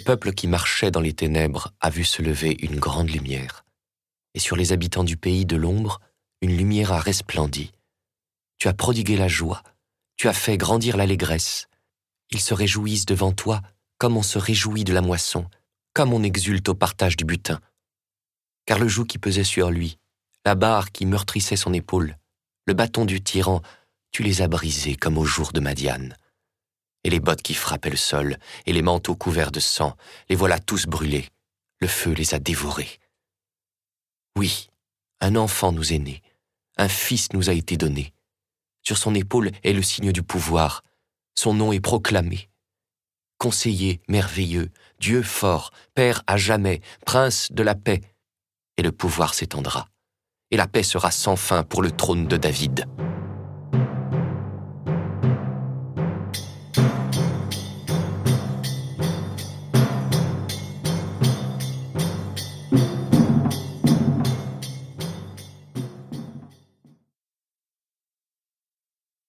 peuple qui marchait dans les ténèbres a vu se lever une grande lumière. Et sur les habitants du pays de l'ombre, une lumière a resplendi. Tu as prodigué la joie, tu as fait grandir l'allégresse. Ils se réjouissent devant toi comme on se réjouit de la moisson, comme on exulte au partage du butin. Car le joug qui pesait sur lui, la barre qui meurtrissait son épaule, le bâton du tyran, tu les as brisés comme au jour de Madiane. Et les bottes qui frappaient le sol, et les manteaux couverts de sang, les voilà tous brûlés. Le feu les a dévorés. Oui, un enfant nous est né, un fils nous a été donné. Sur son épaule est le signe du pouvoir, son nom est proclamé. Conseiller merveilleux, Dieu fort, Père à jamais, Prince de la paix. Et le pouvoir s'étendra, et la paix sera sans fin pour le trône de David.